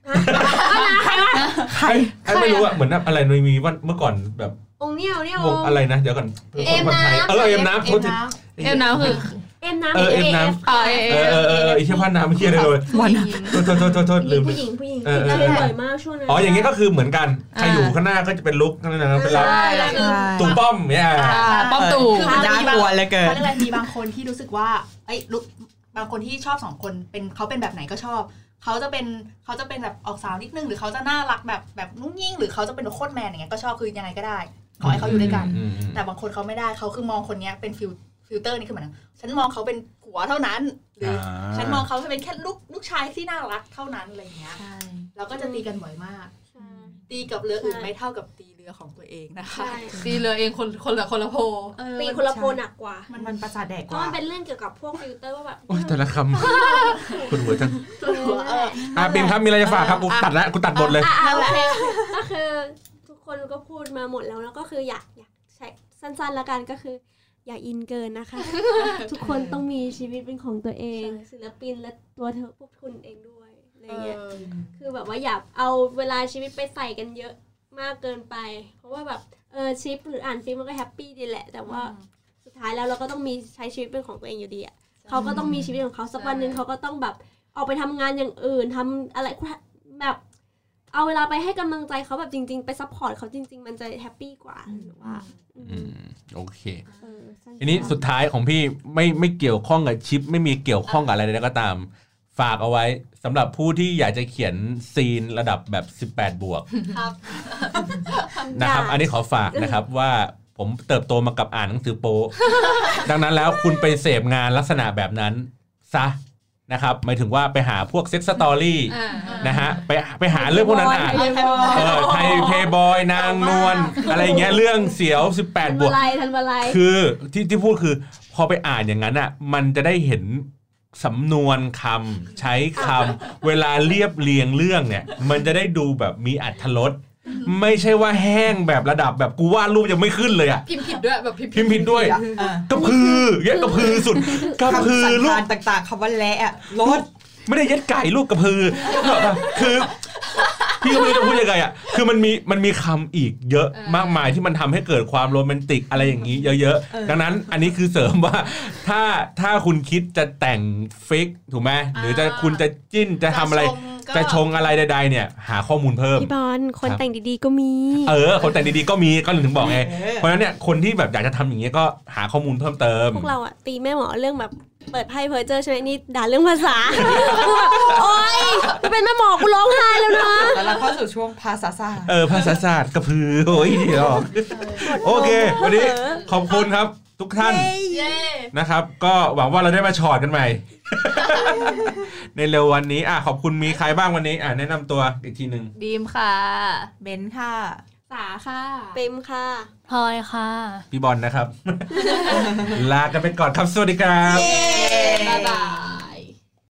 ใครวะใครไอ้ไม่รู้อะเหมือนอะไรมีว่าเมื่อก่อนแบบองเนี่ยวเนี่ยวงอะไรนะเดี๋ยวก่อนเอ็มน้ำเออเอ็มน้ำโทษทีเอ็มน้ำคือเอ็มน้ำเออเอ็มน้ำเออเออเออเออไอ้เชี่ยพันน้ำเชี่ยเลยวันโทษโทษโทษโทษโทษลืมผู้หญิงผู้หญิงเออเออเล่นบ่อยมากช่วงนั้นอ๋ออย่างงี้ก็คือเหมือนกันใครอยู่ข้างหน้าก็จะเป็นลุกนั่นนะเป็นเราใช่แล้วคือตู่ป้อมเนี่ยป้อมตู่คือน่ากลัวเลยเกินเขาเรียกอะไรมีบางคนที่รู้สึกว่าเอ้ยรู้บางคนที่ชอบสองคนเป็นเขาเป็นแบบไหนก็ชอบเขาจะเป็นเขาจะเป็นแบบออกสาวนิดนึงหรือเขาจะน่ารักแบบแบบนุ่งยิ่งหรือเขาจะเป็นโคตรแมนอย่างเงี้ยก็ชอบคือยังไงก็ได้ขอให้เขาอยู่ด้วยกันอืมอืมแต่บางคนเขาไม่ได้เขาคือมองคนนี้เป็นฟิลฟิลเตอร์นี่คือเหมือนฉันมองเขาเป็นผัวเท่านั้นหรืออฉันมองเขาเป็นแค่ลูกลูกชายที่น่ารักเท่านั้นอะไรอย่างเงี้ยเราก็จะตีกันบ่อยมากใช่ตีกับเรืออื่นใช่ไม่เท่ากับตีเรือของตัวเองนะคะใช่ตีเรือเองคนคนละคนละโพตีคนละโพหนักกว่ามันมันประสาทแดกเพกราะว่ามันเป็นเรื่องเกี่ยวกับพวกฟิลเตอร์ว่าแบบโอ้ยแต่ละคำคุณหัวจังเอออ่ะปิมครับมีอะไรจะฝากครับกูตัดแล้วกูตัดบทเลยอ่ะอ่ะโอเคก็คือทุกคนก็พูดมาหมดแล้วแล้วก็คืออยากอยากใช้สั้นๆแล้วกันก็คือ อย่าอินเกินนะคะ ทุกคนต้องมีชีวิตเป็นของตัวเอง ศิลปินและตัวเธอพวกคุณเองด้วยอะไรเงี้ยคือแบบว่าอย่าเอาเวลาชีวิตไปใส่กันเยอะมากเกินไป เพราะว่าแบบเออชิปหรืออ่านฟิล์มมันก็แฮปปี้ดีแหละ แต่ว่าสุดท้ายแล้วเราก็ต้องมีใช้ชีวิตเป็นของตัวเองอยู่ดีอ่ะเขาก็ต้องมีชีวิตของเขาสักวันหนึ่งเขาก็ต้องแบบออกไปทำงานอย่างอื่นทำอะไรแบบเอาเวลาไปให้กำลังใจเขาแบบจริงๆไปซัพพอร์ตเขาจริงๆมันจะแฮปปี้กว่าหรือว่าอืมโอเคเออสั้ๆทีนี้สุดท้ายของพี่ไม่ไม่เกี่ยวข้องกับชิปไม่มีเกี่ยวข้องกับอะไรใดๆก็ตาม ฝากเอาไว้สำหรับผู้ที่อยากจะเขียนซีนระดับแบบสิบแปดบวกครับนะครับ อันนี้ขอฝากนะครับว่าผมเติบโตมากับอ่านหนังสือโป๊ ดังนั้นแล้วคุณไปเสพงานลักษณะแบบนั้นซะนะครับหมายถึงว่าไปหาพวกเซ็กซ์สตอรี่นะฮะไปไปหาเรื่องพวกนั้นอ่านเออไทยเพย์บอยนางนวลอะไรเงี้ยเรื่องเสียวสิบแปดทันบวกวาลัยทันวาลัยคือที่ที่พูดคือพอไปอ่านอย่างนั้นอ่ะมันจะได้เห็นสำนวนคำใช้คำเวลาเรียบเรียงเรื่องเนี่ยมันจะได้ดูแบบมีอรรถรสไม่ใช่ว่าแห้งแบบระดับแบบกูวาดรูปยังไม่ขึ้นเลยอ่ะพิมพ์ผิดด้วยแบบพิมพ์พิมพ์ผิดด้วยกระพือเย็ดกระพือสุดกระพือคำสันลูกธานต่างๆคำว่าและรถไม่ได้เย็ดไก่ลูกกระพือคือพี่ก็ไม่รู้จะพูดยังไงอ่ะคือมันมีมันมีคำอีกเยอะมากมายที่มันทำให้เกิดความโรแมนติกอะไรอย่างนี้เยอะๆดังนั้นอันนี้คือเสริมว่าถ้าถ้าคุณคิดจะแต่งฟิกถูกไหมหรือจะคุณจะจิ้นจะทำอะไรจะชงอะไรใดๆเนี่ยหาข้อมูลเพิ่มพี่บอลคนแต่งดีๆก็มีเออคนแต่งดีๆก็มีก็ถึงบอกไงเพราะฉะนั้นเนี่ยคนที่แบบอยากจะทำอย่างนี้ก็หาข้อมูลเพิ่มเติมพวกเราอะตีแม่หมอเรื่องแบบเปิดไพ่เพอร์เจอร์ใช่ไหมนี่ด่าเรื่องภาษากูแบบโอ๊ยกูเป็นแม่หมอกูร้องไห้แล้วนะแล้วเราเข้าสู่ช่วงภาษาศาสตร์เออภาษาศาสตร์กระพือโอ้ยเดี๋ยวโอเค วันนี้ขอบคุณครับทุกท่านเย้นะครับก็หวังว่าเราได้มาชอดกันใหม่ ในเร็ววันนี้อ่ะขอบคุณมีใครบ้างวันนี้อ่ะแนะนำตัวอีกทีหนึ่งบีมค่ะเบนค่ะสาค่ะเต็มค่ะพลอยค่ะพี่บอลนะครับ ลากันไปก่อนครับสวัสดีครับบ๊ายบาย